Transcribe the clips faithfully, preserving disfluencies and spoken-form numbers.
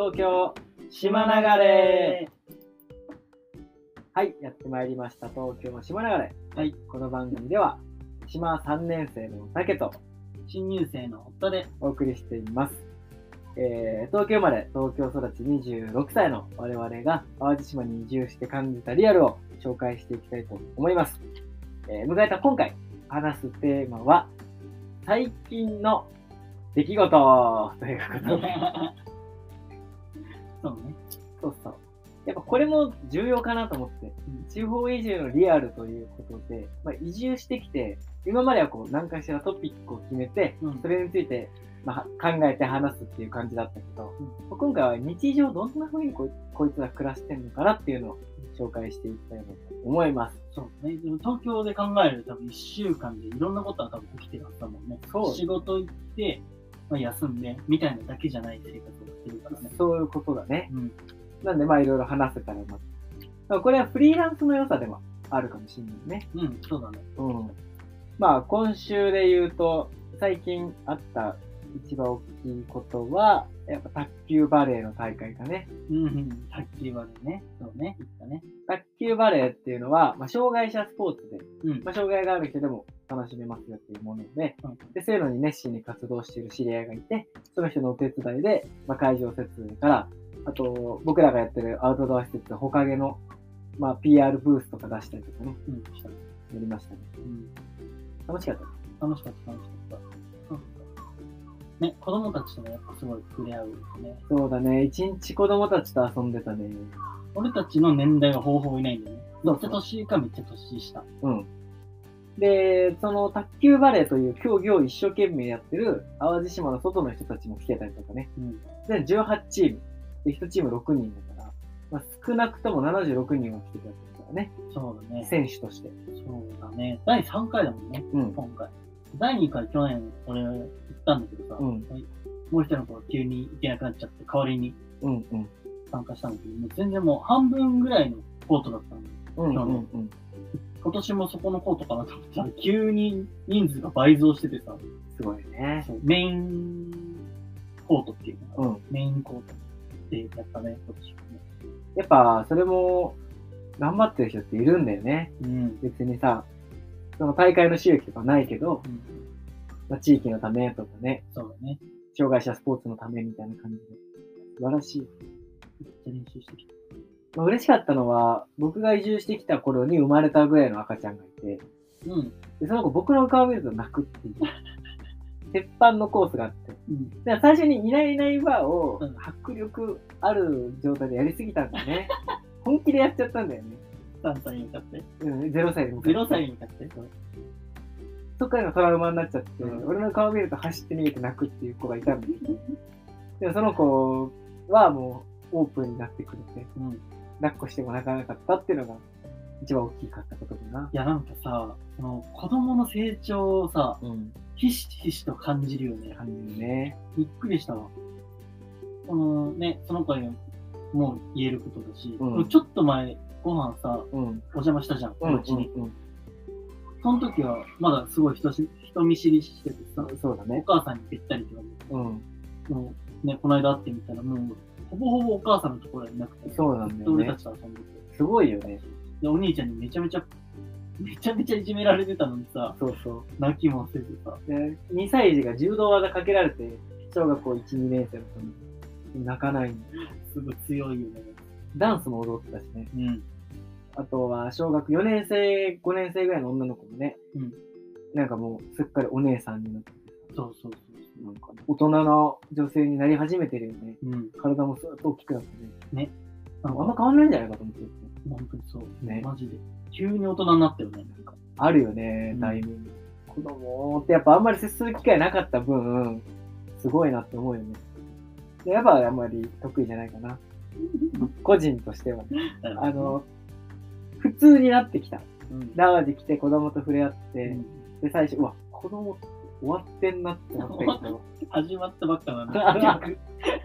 東京島流れ。はい、やってまいりました東京島流れ。 はい、 この番組では島さんねん生の竹と新入生の夫でお送りしています。えー、東京生まれ東京育ちにじゅうろくさいの我々が淡路島に移住して感じたリアルを紹介していきたいと思います。えー、迎えた今回話すテーマは最近の出来事ということでそうね。 そうそう。やっぱこれも重要かなと思って、うん、地方移住のリアルということで、まあ、移住してきて、今まではこう何かしらトピックを決めて、うん、それについて、まあ、考えて話すっていう感じだったけど、うん、今回は日常どんな風に こ, こいつら暮らしてるのかなっていうのを紹介していきたいなと思います。 そうね。でも東京で考えると多分いっしゅうかんでいろんなことは多分起きてるはずだもんね。そう。仕事行って、まあ、休んでみたいなだけじゃない生活をしてるからね。 そういうことだね。うん、なんでまあいろいろ話せたらな。だからこれはフリーランスの良さでもあるかもしれないね。 うん、そうだね。 うん。まあ今週で言うと最近あった一番大きいことはやっぱ卓球バレーの大会かね。 うん、うん、卓球バレーね。そうね。言ったね。 卓球バレーっていうのは、まあ、障害者スポーツで、うん、まあ、障害がある人でも楽しめますよっていうもので、うん、でそういうのに熱心に活動している知り合いがいて、その人のお手伝いで、まあ、会場設営から、あと僕らがやってるアウトドア施設、ほかげの、まあ、ピーアール ブースとか出したりとかね、うん、したやりましたね。うん、楽しかった。 楽しかった、楽しかった。ね、子供たちともやっぱすごい触れ合うよね。 そうだね、一日子供たちと遊んでたね。 俺たちの年代はほぼほぼいないんだよね。めっちゃ年かめっちゃ年下。 うん。で、その卓球バレーという競技を一生懸命やってる淡路島の外の人たちも来てたりとかね。うん、で、じゅうはちチーム。で、いちチームろくにんだから、まあ、少なくともななじゅうろくにんは来てたからね。 そうだね。 選手として。 そうだね。だいさんかいだもんね。うん、今回。だいにかい去年俺行ったんだけどさ、うん、もう一人の子が急に行けなくなっちゃって代わりに参加したんだけど、もう全然もう半分ぐらいのコートだったの、うんうんうん、今年もそこのコートかなと思ったら急に人数が倍増しててさ、 すごいね。 メインコートっていうのが、うん、メインコートってやったね、今年もね。 やっぱそれも頑張ってる人っているんだよね。うん、別にさ、その大会の収益とかないけど、うん、まあ、地域のためとかね、 そうだね。 障害者スポーツのためみたいな感じで、素晴らしい。 めっちゃ練習してきた。 まあ、嬉しかったのは、僕が移住してきた頃に生まれたぐらいの赤ちゃんがいて、うん、でその子僕の顔を見ると泣くっていう、鉄板のコースがあって、うん、で最初にいないいないバーを迫力ある状態でやりすぎたんだね。本気でやっちゃったんだよね。 さんさいに向かって。 うん、ゼロさいに向かって。 ゼロさいに向かって。 そっからのトラウマになっちゃって、うん、俺の顔見ると走って逃げて泣くっていう子がいたんだけど、でもその子はもうオープンになってくれて、うん、抱っこしても泣かなかったっていうのが一番大きかったことかな。 いやなんかさ、その子供の成長をさ、うん、ひしひしと感じるよね。 感じるね。 びっくりしたわ。このね、その子にも言えることだし、うん、ちょっと前ご飯さ、うん、お邪魔したじゃん、お家に。うんうんうん、その時はまだすごい人し人見知りしててさ、 そうだね、 お母さんにべったりって言われて、うん、もうね、この間会ってみたらもうほぼほぼお母さんのところにいなくて、 そうなんだよね。 俺たちと遊んでて。 すごいよね。 で、お兄ちゃんにめちゃめちゃ、めちゃめちゃいじめられてたのにさ、 そうそう。 泣きもせずさ。 で、にさい児が柔道技かけられて、小学校いち、にねん生の子に泣かないんだよ。 すごい強いよね。 ダンスも踊ってたしね。うん。あとは、小学よねん生、ごねん生ぐらいの女の子もね、うん、なんかもう、すっかりお姉さんになってて、 そうそうそう。 なんか、ね、大人の女性になり始めてるよね。うん、体もすっと大きくなってね。ね。あんま変わんないんじゃないかと思って。 本当にそう。ね。マジで。急に大人になったよね。なんかあるよね、タイミング。子供ってやっぱあんまり接する機会なかった分、すごいなって思うよね。でやっぱあんまり得意じゃないかな。個人としては、ね。あの、普通になってきた。うん、淡路来て子供と触れ合って、うん、で、最初、うわ、子供って終わってんなって思ったけど。 始まったばっかなんだ。なんか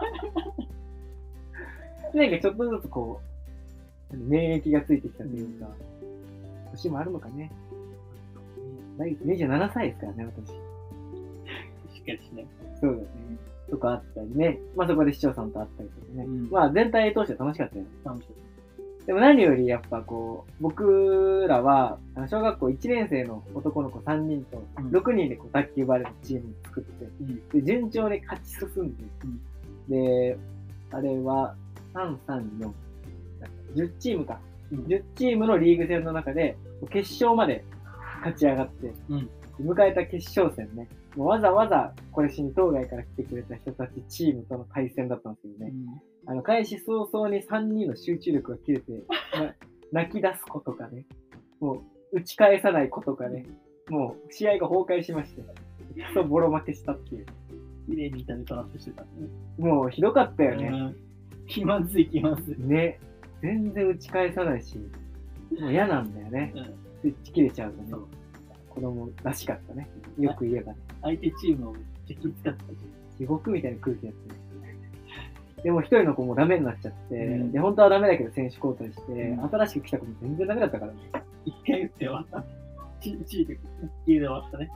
ちょっとずつこう、免疫がついてきたというか、年もあるのかね。来月にじゅうななさいですからね、私。 しっかりしない。 そうだね。 とかあったりね。まあそこで市長さんと会ったりとかね。うん、まあ全体通して楽しかったよね。楽しかった。でも何よりやっぱこう、僕らは、小学校いちねん生の男の子さんにんとろくにんでこう卓球バレーのチームを作って、うん、で順調に勝ち進んで、うん、で、あれはさん、さん、よん、じゅうチームか。じゅうチームのリーグ戦の中で決勝まで勝ち上がって、うん、迎えた決勝戦ね。もうわざわざこれしに当該から来てくれた人たちチームとの対戦だったんですけどね。うん、あの開始早々にさんにんの集中力が切れて、ま、泣き出す子とかね、もう打ち返さない子とかね、もう試合が崩壊しまして、クソボロ負けしたっていう。 綺麗に痛みトラップしてたね。 もうひどかったよね。うん、 気まずい気まずい。 ね。全然打ち返さないし、もう嫌なんだよね。うん、スイッチ切れちゃうとね。子供らしかったね。よく言えばね。 相手チームをめっちゃ気遣ってたし。 地獄みたいな空気やってね。でも一人の子もダメになっちゃって、うん、で、本当はダメだけど選手交代して、うん、新しく来た子も全然ダメだったからね。 一回打って終わった。チーム、一球で終わったね。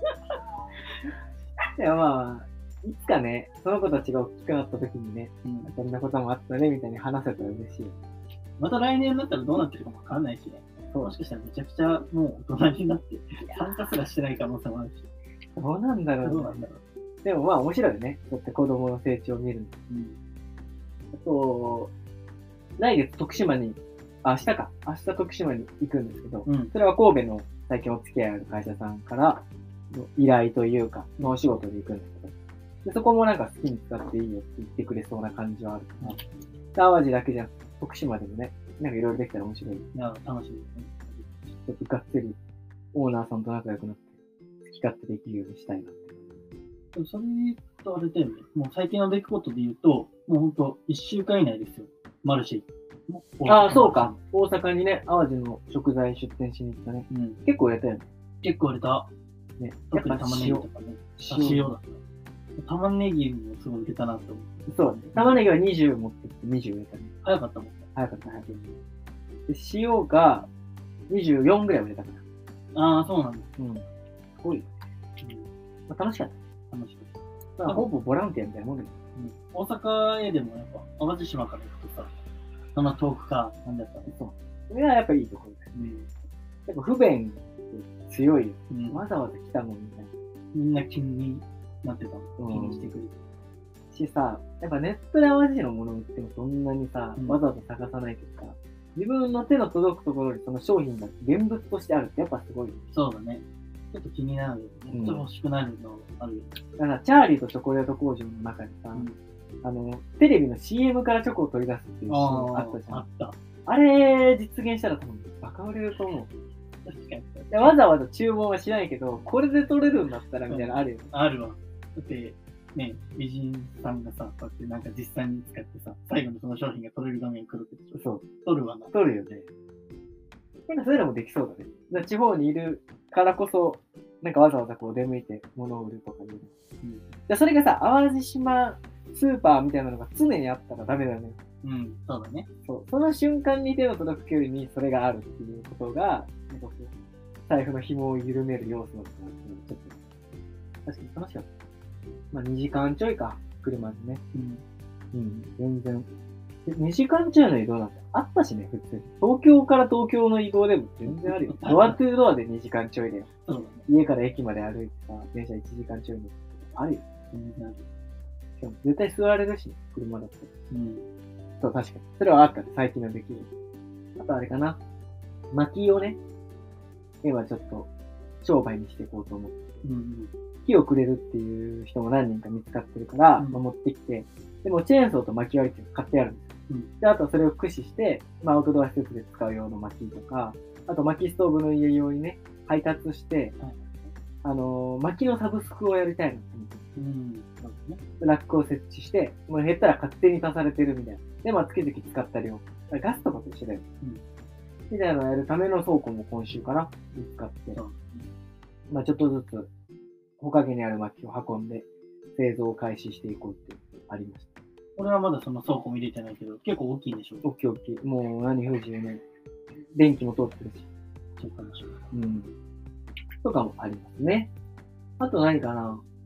いやまあ、いつかね、その子たちが大きくなった時にね、うん、こんなこともあったね、みたいに話せたら嬉しい。 また来年になったらどうなってるかもわかんないしね。もしかしたらめちゃくちゃもう大人になって、参加すらしてない可能性もあるし。 どうなんだろう、ね、どうなんだろう。でもまあ面白いよね。そうやって子供の成長を見るの。うん、あと、来月徳島に、あ、明日か。明日徳島に行くんですけど、うん、それは神戸の最近お付き合いある会社さんからの依頼というか、のお仕事で行くんですけど、でそこもなんか好きに使っていいよって言ってくれそうな感じはあるかな。淡路だけじゃなくて、徳島でもね、なんかいろいろできたら面白い。いや、楽しみですね。 ちょっとがっつりオーナーさんと仲良くなって、好き勝手できるようにしたいなって。 でもそれで言うとあれだよね。もう最近の出来事で言うと、もうほんといっしゅうかん以内ですよ。マルシェ。ああ、そうか。大阪にね、淡路の食材出店しに行ったね。うん、結構売れたよね。 結構売れた。ね、特に玉ねぎとかね。塩だった。玉ねぎもすごい売れたなって思って。 そうね。玉ねぎはにじゅう持ってきてにじゅう売れたね。 早かったもんね。 早かった、早かった。で、塩がにじゅうよんぐらい売れたかな。ああ、そうなんだ。 うん。すごい。うん。まあ、楽しかった。楽しかった。ほぼボランティアみたいなもんだよ。 うん。大阪へでもやっぱ、淡路島から行くとさ、そんな遠くか、なんだったら。そう。 それはやっぱいいところだよ。うん。やっぱ不便強いよ。うん。わざわざ来たのみたいな。 みんな気になってたの。気にしてくれる。 しさ、やっぱネットで淡路のもの売ってもそんなにさ、うん、わざわざ探さないけどさ、自分の手の届くところにその商品が現物としてあるってやっぱすごいよね。 そうだね。ちょっと気になるよね。めっちゃ欲しくなるのあるよね。 だからチャーリーとチョコレート工場の中にさ、うん、あの、テレビの シーエム からチョコを取り出すっていうシーンあったじゃん。あった。あれ、実現したら多分バカ売れると思う。確かに。わざわざ注文はしないけど、これで取れるんだったらみたいなのあるよね。 あるわ。だって、ね、美人さんがさ、こうやってなんか実際に使ってさ、最後にその商品が取れる画面来るけど、そう。取るわな。 取るよね。なんかそういうのもできそうだね。だ地方にいるからこそ、なんかわざわざこう出向いて物を売るとかいうの。うん。じゃそれがさ、淡路島スーパーみたいなのが常にあったらダメだよね。 うん、そうだね。 そう。その瞬間に手の届く距離にそれがあるっていうことが、なんかこう、財布の紐を緩める要素だったなってちょっと、確かに楽しかった。まあにじかんちょいか、車でね。うん。うん、全然。にじかんちょいの移動なんてあったしね、普通に。東京から東京の移動でも全然あるよ。ドアトゥードアでにじかんちょいだよ。そうだね。家から駅まで歩いてさ、電車いちじかんちょいの。あるよ。全然ある。しかも絶対座られるし、車だって。うん。そう、確かに。それはあったね、最近の出来事。あとあれかな。薪をね、今ちょっと商売にしていこうと思って。うんうん。木をくれるっていう人も何人か見つかってるから、うん、持ってきて、でもチェーンソーと薪割りっていうのを買ってあるんですよ。うん、で、あとはそれを駆使して、まあアウトドア施設で使う用の薪とか、あと薪ストーブの家用にね、配達して、はい、あのー、薪のサブスクをやりたいなって思って、うん、そうですね。ラックを設置して、もう減ったら勝手に足されてるみたいな。で、まあ月々使った量。ガスとかと一緒だよ。うん、みたいなのをやるための倉庫も今週かな見つかって、まあちょっとずつ、木陰にある薪を運んで製造を開始していこうってありました。 俺はまだその倉庫見れてないけど、結構大きいんでしょ？ 大きい大きい。もう何不自由ね。電気も通ってるし。そうかもしれない。うん。とかもありますね。あと何かな。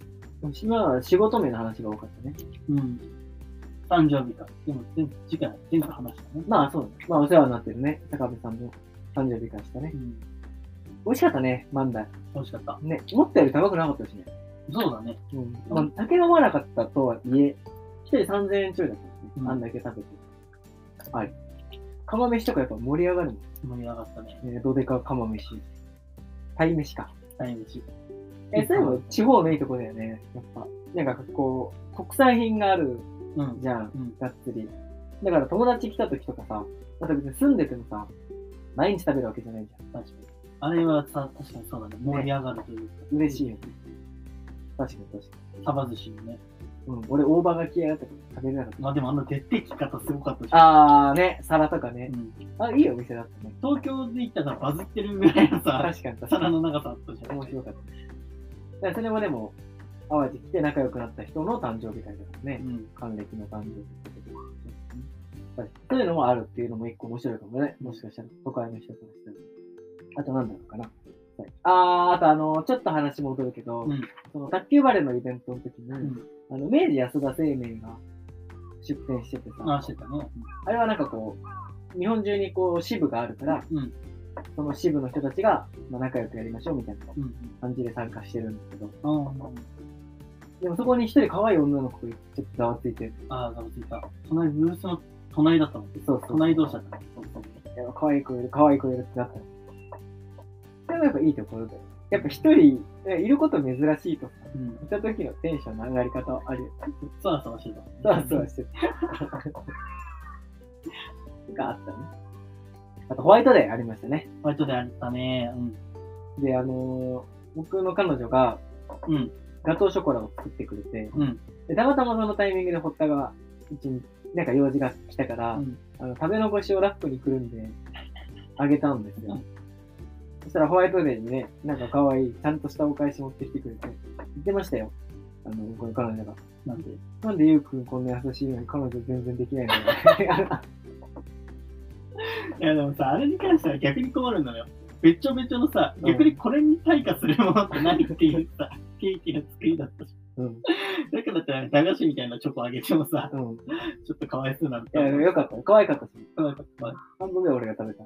今は仕事名の話が多かったね。 うん。誕生日か。でも、全部、次回、全部話したね。 まあ、そうだ。まあ、お世話になってるね。坂部さんの誕生日会したね。うん。美味しかったね、万代。 美味しかった。 ね、思ったより高くなかったしね。 そうだね。 うん。まあ、酒飲まなかったとはいえ、一人さんぜんえんちょいだったね。うん、あんだけ食べて。はい。釜飯とかやっぱ盛り上がるもん。 盛り上がったね。 ね、どでか釜飯。鯛飯か。 鯛飯。 え、それも地方のいいとこだよね。やっぱ。なんかこう、国産品があるじゃん。うん、がっつり。だから友達来た時とかさ、また別に住んでてもさ、毎日食べるわけじゃないじゃん。 確かに。あれはさ、確かにそうだね。盛り上がるというか。ね、 嬉しいよね。確かに確かに。サバ寿司もね。 うん、俺、大葉が嫌いだったから食べれなかった。 まあでもあの徹底き方すごかったし。 あーね、皿とかね。うん、あ、いいお店だったね。 東京で行ったらバズってるぐらいのさ、 確かに皿の長さあったじゃん。 面白かった。だからそれもでも、淡路来て仲良くなった人の誕生日会だからね。うん、還暦の誕生日会。そういうのもあるっていうのも一個面白いかもね。もしかしたら、都会の人からしたら。あとなんだろうかな。はい、あー、あとあの、ちょっと話戻るけど、うん、その卓球バレーのイベントの時に、うん、あの明治安田生命が出店しててさ、 あ、してたね。 あれはなんかこう、日本中にこう支部があるから、うん、その支部の人たちが、まあ、仲良くやりましょうみたいな感じで参加してるんだけど、うんうん、でもそこに一人可愛い女の子がちょっとざわついてる。 ああ、ざわついた。隣、ブースの隣だったの。 そうそう。 隣同士だったの。そうそう。 いや、可愛い子いる、可愛い子いるってなったの。それもやっぱいいところだよ。やっぱ一人いること珍しいとさ、うん、いた時のテンションの上がり方あるよ。 そわそわしてた。 そわそわしてた。があったね。あとホワイトデーありましたね。 ホワイトデーあったね。 うん。で、あのー、僕の彼女が、うん、ガトーショコラを作ってくれて、うん、でたまたまそのタイミングで堀田がうちになんか用事が来たから、うん、あの食べ残しをラップにくるんであげたんですよ。うん、そしたらホワイトデーにね、なんか可愛い、ちゃんとしたお返し持ってきてくれて、言ってましたよ。あの、この彼女が。なんでなんでゆうくんこんな優しいのに彼女全然できないんだよ。 いやでもさ、あれに関しては逆に困るのよ。べっちょべちょのさ、逆にこれに対価するものって何っていうさ、ケーキの作りだったし。うん、だからだったら駄菓子みたいなチョコあげてもさ、うん、ちょっとかわいそうなんだ。 いや、よかった。可愛かったし。可愛かった。半分ぐらい俺が食べた。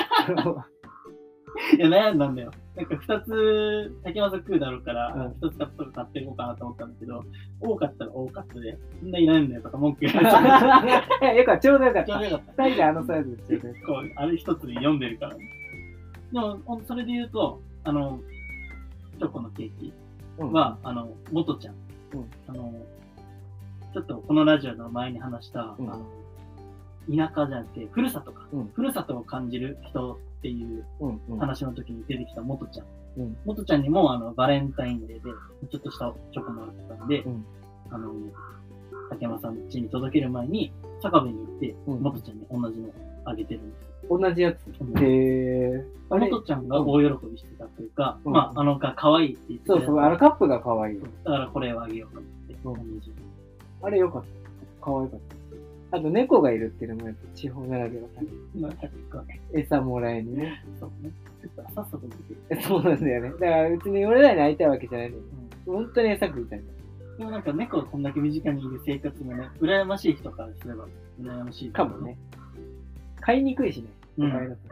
いや、悩んだんだよ。なんか二つ、竹まさ食うだろうから、一、うん、つ買ったら買っていこうかなと思ったんだけど、多かったら多かったで、そんないらないんだよとか文句言われた。 いや、よかった。ちょうどよかった。 ちょうどよかった。 二人であのサイズでちょうどよかった。 こう、あれ一つで読んでるからね。でも、それで言うと、あの、チョコのケーキは、うん、あの、元ちゃん。うん、あの、ちょっとこのラジオの前に話した、うん、あの田舎じゃなくて、ふるさとか、うん、ふるさとを感じる人っていう話の時に出てきた元ちゃん。うん、元ちゃんにもあのバレンタインデーで、ちょっとしたチョコもらってたんで、うん、あの、竹山さん家に届ける前に、坂部に行って、うん、元ちゃんに同じのあげてるんですよ。 同じやつ。へー。 元ちゃんが大喜びしてたというか、うん、まあ、あのが可愛いって言ってた。 そうそう、あのカップが可愛い。 だからこれをあげようと思って、 うん、あれよかった。可愛かった。あと猫がいるっていうのもやっぱ地方ならではだね。餌もらいにね。 そうね。ちょっとさっさと見て。そうなんだよね。だから別に俺らに会いたいわけじゃないのに、うん、本当に餌食いたいんだ。 でもなんか猫がこんだけ身近にいる生活もね、羨ましい人からすれば羨ましい、 ね。かもね。買いにくいしね。都会だと。うん、確か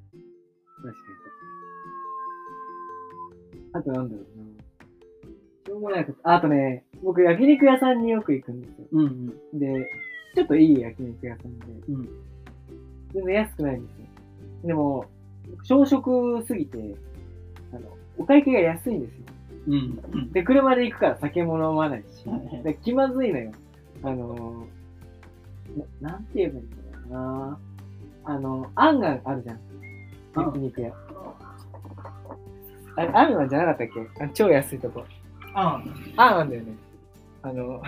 に。あとなんだろうな。しょうもないこと。あとね、僕焼肉屋さんによく行くんですよ。うんうん、で、ちょっといい焼肉屋さんで、うん、全然安くないんですよ。でも、小食すぎて、あの、お会計が安いんですよ。うんうん、で、車で行くから酒も飲まないし、で気まずいのよ。あのー、な、なんて言えばいいんだろうな。あの、あんがあるじゃん。焼肉屋。あれ、あんなんじゃなかったっけ？あ、超安いとこ。 あん。 あんなんだよね。あの、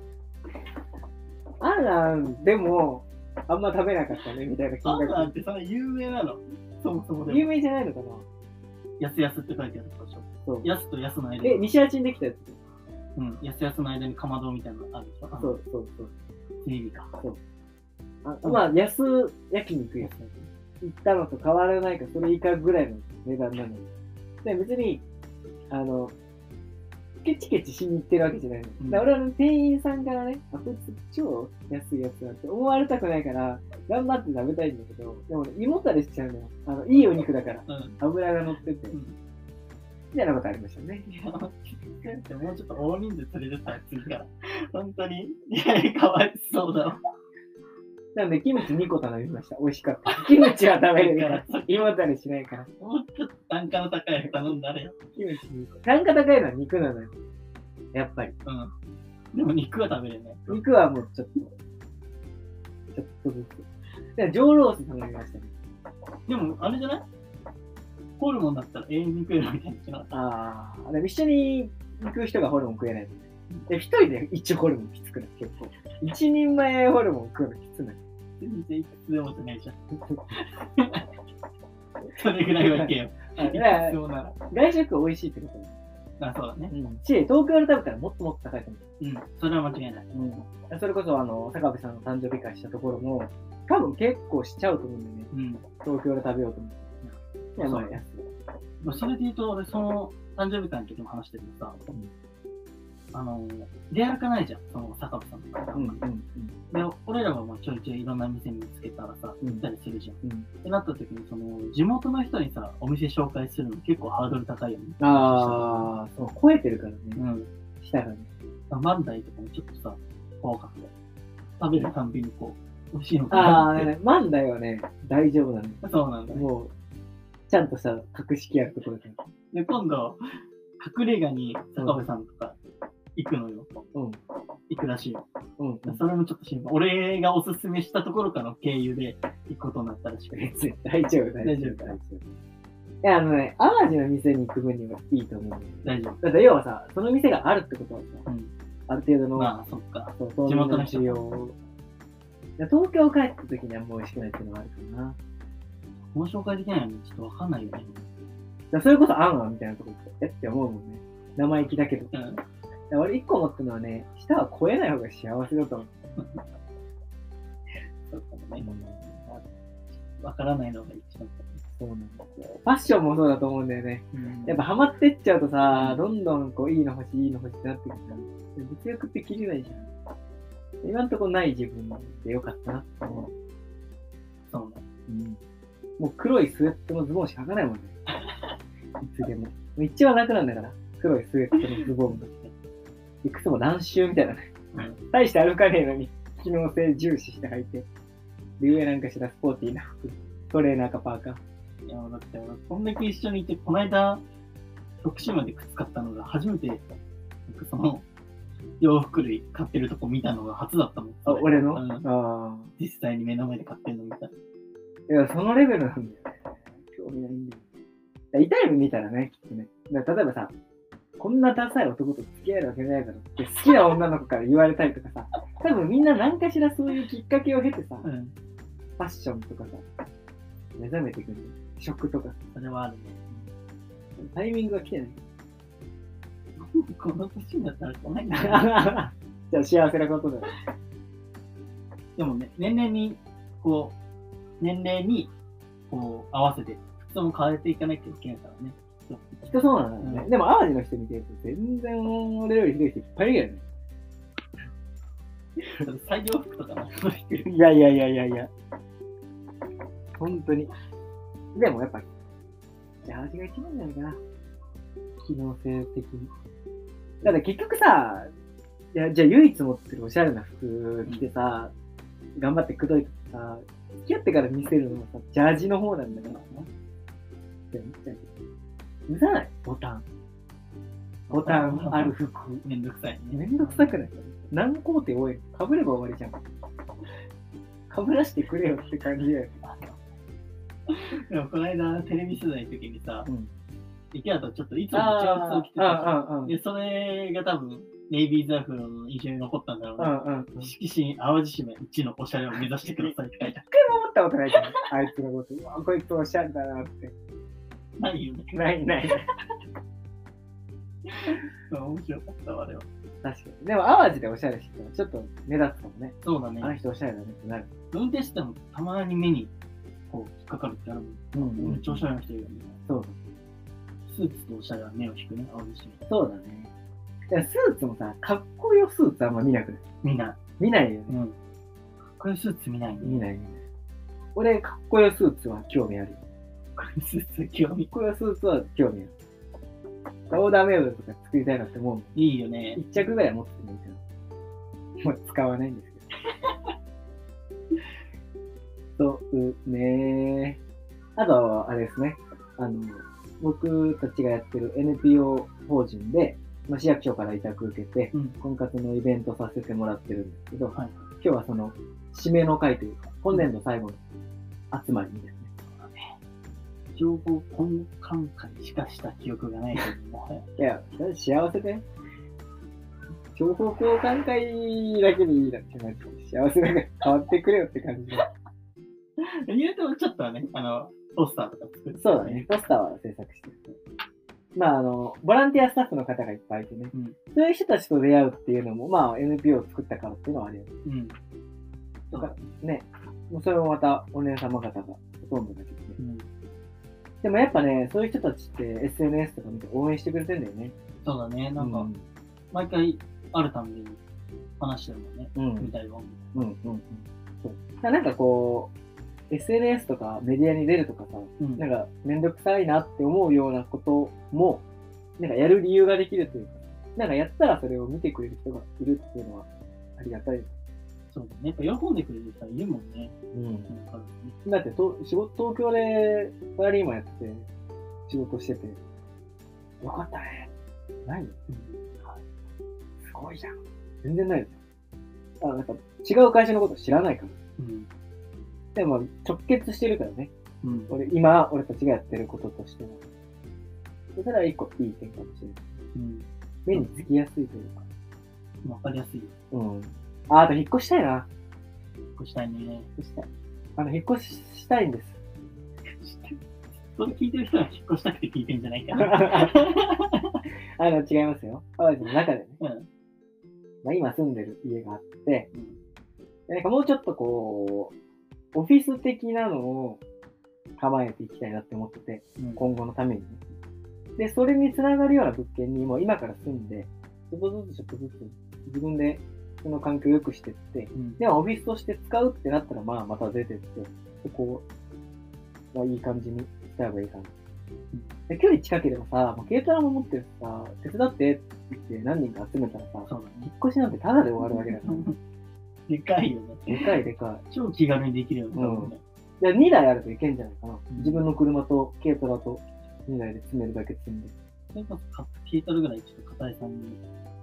あんなんでも、あんま食べなかったね、みたいな金額。あんなんってそれ有名なの？そもそもでも。 有名じゃないのかな？ やすやすって書いてあるでしょ。そう。やすとやすの間に。 え、西八にできたやつ？ うん。やすやすの間にかまどみたいなのあるでしょ。 そうそうそう。 テレビか。そう。 あ、まあ、安焼肉屋さん行ったのと変わらないか、それ以下ぐらいの値段なのに。で、別に、あの、 ケチケチしに行ってるわけじゃないの。うん、だから俺は店員さんからね、あ、こいつ超安いやつだって思われたくないから、頑張って食べたいんだけど、でもね、胃もたれしちゃうのよ。あの、いいお肉だから、うん、脂が乗ってて。うん、みたいなことありましたね。 もうちょっと大人数連れてったら次から。本当に、いや、かわいそうだわ。 なんで、キムチにこ頼みました。美味しかった。キムチは食べれるから、胃もたれしないから。 もうちょっと単価の高いの頼んだれよ。 キムチにこ。単価高いのは肉なのよ。やっぱり。 うん。でも肉は食べれない。 肉はもうちょっと、ちょっとずつ。で上ロース頼みましたね。 でも、あれじゃないホルモンだったら永遠に食えるみたいな。 ああ、でも一緒に行く人がホルモン食えない。で、一人で一ホルモンきつくない、結構。一人前ホルモン食うのきつない。 全然いくつでもじゃないじゃん。それぐらいはいけよ。 そうな外食美味しいってことね。 あ、そうだね。 うん。し、東京で食べたらもっともっと高いと思う。 うん。それは間違いない。 うん。それこそ、あの、坂部さんの誕生日会したところも、多分結構しちゃうと思うんだよね。うん。東京で食べようと思って。いや、まあ安い。 それで言うと、俺、その誕生日会の時も話してるけどさ、うん、あの、出歩かないじゃん、その坂部さんとか。うんうんうん、で、俺らはまあちょいちょいいろんな店見つけたらさ、行ったりするじゃん。うん、ってなった時に、その、地元の人にさ、お店紹介するの結構ハードル高いよね。 ああ、そう、超えてるからね。うん。したらね。 万代とかもちょっとさ、怖かった。食べるたんびにこう、美味しいのかなって。 ああ、万代はね、大丈夫なの。 そうなんだ、ね。 もう、ちゃんとした格式あるところで。 で、今度、隠れ家に坂部さんとか行くのよ。うん。行くらしいよ。うん、うん。それもちょっと心配。俺がおすすめしたところからの経由で行くことになったらしくて。 大丈夫、大丈夫、大丈夫。いや、あのね、淡路の店に行く分にはいいと思うんだよね。 大丈夫。 だって要はさ、その店があるってことはさ、うん、ある程度の、 まあ、そっか。 地元の需要。東京帰った時にはもう美味しくないっていうのがあるかな。 もう紹介できないのにちょっとわかんないよね。 だそれこそあんあんみたいなとこ行ってえって思うもんね。生意気だけど。うん、俺一個思ったのはね、舌は超えない方が幸せだと思う。 そうかもね。わからないのが一番。 そうなんですよ。ファッションもそうだと思うんだよね。うん、やっぱハマってっちゃうとさ、どんどんこういいの欲しい、いいの欲しいってなってくるから、物欲って切れないじゃん。今んとこない自分でよかったなって思う。 そうね。 うん。もう黒いスウェットのズボンしか履かないもんね。いつでも。一番楽なんだから。黒いスウェットのズボンが。いくつも乱臭みたいなね。うん、大して歩かねえのに、機能性重視して履いて。で、上なんかしらスポーティーな服。トレーナーかパーカー。 いや、だって俺、こんだけ一緒にいて、この間、徳島で靴買ったのが初めて、なんかその、洋服類買ってるとこ見たのが初だったもん。 あ、俺の、うん、 あ実際に目の前で買ってるの見た。いや、そのレベルなんだよね。興味ないんだよ。痛い目見たらね、きっとね。だから例えばさ、こんなダサい男と付き合えるわけないだろって好きな女の子から言われたりとかさ、多分みんな何かしらそういうきっかけを経てさ、うん、ファッションとかさ、目覚めてくるんだよ。食とかさ。 それはあるね。 タイミングが来てない。 この年になったら来ないんだよ。 じゃあ幸せなことだよ。 でもね、年齢に、こう、年齢に、こう、合わせて、服装も変えていかなきゃいけないからね。 きっとそうなんだよね。うん、でも、淡路の人見てると、全然俺よりひどい人いっぱいいるよね。 作業服とかもいやいやいやいやいや。本当に。でもやっぱ、ジャージが一番じゃないかな。機能性的に。だって結局さ、いやじゃあ唯一持ってるおしゃれな服着てさ、うん、頑張って口説いてさ、付き合ってから見せるのはさ、ジャージの方なんだからな。って思っちゃうけど。うざない？ボタン。ボタンある服。 めんどくさいね。 めんどくさくない？何工程多い？かぶれば終わりじゃん。かぶらしてくれよって感じだよ。 でもこの間テレビ取材の時にさ、うん、池田とちょっといつも違う服を着てたで、それが多分ネイビーズアフロの印象に残ったんだろうね。うんうんうん、色紙淡路島一のおしゃれを目指してくださいって書いてある。 一回も思ったことないじゃん。あいつのこと。うわ、こいつおしゃれだなって。 ないよね。 ないない。 面白かったわ、あれは。 確かに。でも淡路でおしゃれしてたらちょっと目立つかもね。 そうだね。 あの人おしゃれだねってなる。 運転しててもたまに目にこう引っかかるってあるもん。うん、うん。めっちゃおしゃれな人いるよね。 そう。 スーツとおしゃれは目を引くね、淡路島。 そうだね。 いや、スーツもさ、かっこよスーツあんま見なくない？ 見ない。 見ないよね。 うん。かっこよスーツ見ないね。 見ない見ない。俺、かっこよスーツは興味あるよ。 かっこよスーツ興味。 かっこよスーツは興味ある。オーダーメイドとか作りたいなって思う。 いいよね。 一着ぐらい持ってもいいけど。もう使わないんですけど。そうねー。あと、あれですね。あの、僕たちがやってる エヌピーオー 法人で、まあ、市役所から委託受けて、うん、婚活のイベントさせてもらってるんですけど、はい、今日はその、締めの会というか、今年度最後の集まりですね。 情報交換会しかした記憶がないけども。 いや、幸せね。情報交換会だけでいいなって感じ。幸せだから変わってくれよって感じで。 言うとちょっとはね、あの、ポスターとか作って、ね。 そうだね。ポスターは制作してる。まあ、あの、ボランティアスタッフの方がいっぱいいてね。うん、そういう人たちと出会うっていうのも、まあ、エヌピーオー を作ったからっていうのはあるよね。うん。だから、ね。もうそれもまたお姉様方がほとんどだけどね。うん、でもやっぱね、そういう人たちって エスエヌエス とか見て応援してくれてんだよね。 そうだね。なんか、うん、毎回あるために話してるもんね。うん。みたいな。うんうんうん。 そう。なんかこう、エスエヌエス とかメディアに出るとかさ、うん、なんかめんどくさいなって思うようなことも、なんかやる理由ができるというか、なんかやったらそれを見てくれる人がいるっていうのはありがたい。 そうだね。やっぱ喜んでくれる人いるもんね。うん。 うん、だってと仕事、東京でサラリーマンやってて、仕事してて、よかったね。ないよ、うんはい。すごいじゃん。全然ないよ。あ、なんか違う会社のこと知らないから。うん、でも直結してるからね。うん、俺今、俺たちがやってることとしては。それは一個いい点かもしれない。うん、目につきやすいというか。 わかりやすい。 うん。あ、あと引っ越したいな。 引っ越したいね。引っ越したい。あの、引っ越ししたいんです。 それ聞いてる人は引っ越したくて聞いてんじゃないかな。 あの、違いますよ。淡路の中でね。うん、まあ、今住んでる家があって、うん、なんかもうちょっとこう、オフィス的なのを構えていきたいなって思ってて、うん、今後のためにね。で、それにつながるような物件にもう今から住んで、ちょっとずつちょっとずつ自分でその環境を良くしていって、うん、でもオフィスとして使うってなったら、まあまた出てって、そこを、まあ、いい感じに使えばいいかな。うん、で距離近ければさ、もう軽トラも持ってるしさ、手伝ってって言って何人か集めたらさ、そうだね、引っ越しなんてタダで終わるわけだから。 でかいよね。 でかいでかい。 超気軽にできるよね。うん、 いやにだいあるといけんじゃないかな。うん、自分の車と軽トラとにだいで積めるだけ積んで。 それこそ軽トラぐらいちょっと片井さんに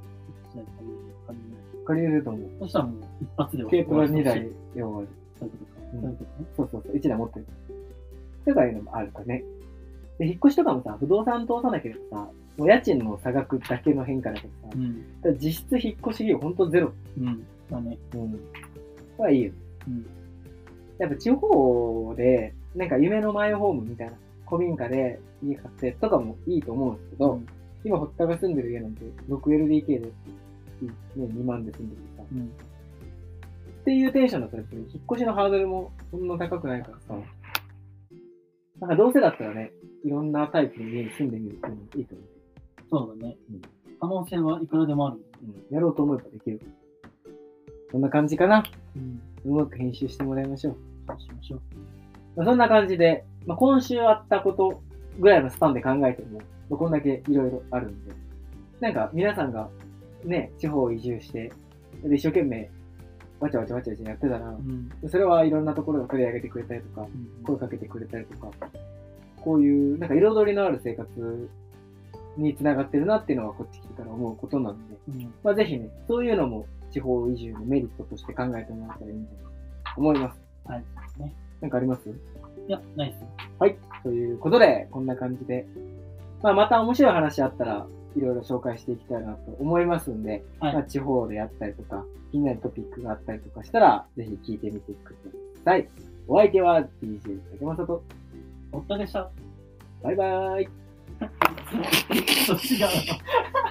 借りれると思う。 そしたらもう一発で軽トラにだいで終わる。 そういうことか。そういうことね。 そうそうそう。いちだい持ってる。とかいうのもあるかね。で、引っ越しとかもさ、不動産通さなければさ、もう家賃の差額だけの変化だけどさ、うん、だから実質引っ越し費用ほんとゼロ。 うん。だね。 うん。はいいよ。うん。やっぱ地方で、なんか夢のマイホームみたいな、古民家で家買ってとかもいいと思うんですけど、うん、今、堀田が住んでる家なんて ろくエルディーケー で、ね、にまんで住んでるさ、うん、っていうテンションだったら、引っ越しのハードルもそんな高くないからさ、なんかどうせだったらね、いろんなタイプの家に住んでみるっていうのもいいと思う。 そうだね。うん、可能性はいくらでもある。 うん。やろうと思えばできる。そんな感じかな。うん。うまく編集してもらいましょう。 そうしましょう。 まあ、そんな感じで、まあ、今週あったことぐらいのスパンで考えても、まあ、こんだけいろいろあるんで、なんか皆さんがね、地方移住して、で一生懸命わちゃわちゃわちゃわちゃやってたら、うん、それはいろんなところが取り上げてくれたりとか、うん、声かけてくれたりとか、こういうなんか彩りのある生活につながってるなっていうのはこっち来てから思うことなので、うん、まあぜひね、そういうのも地方移住のメリットとして考えてもらったらいいんじゃないかと思います。 はい。ね、 なんかあります？ いや、ないです。 はい。ということで、こんな感じで、まあまた面白い話あったら、いろいろ紹介していきたいなと思いますんで、はい、まあ、地方であったりとか、気になるトピックがあったりとかしたら、ぜひ聞いてみてください。お相手は ディージェー 竹正と、 堀田でした。 バイバーイ。 そっち側の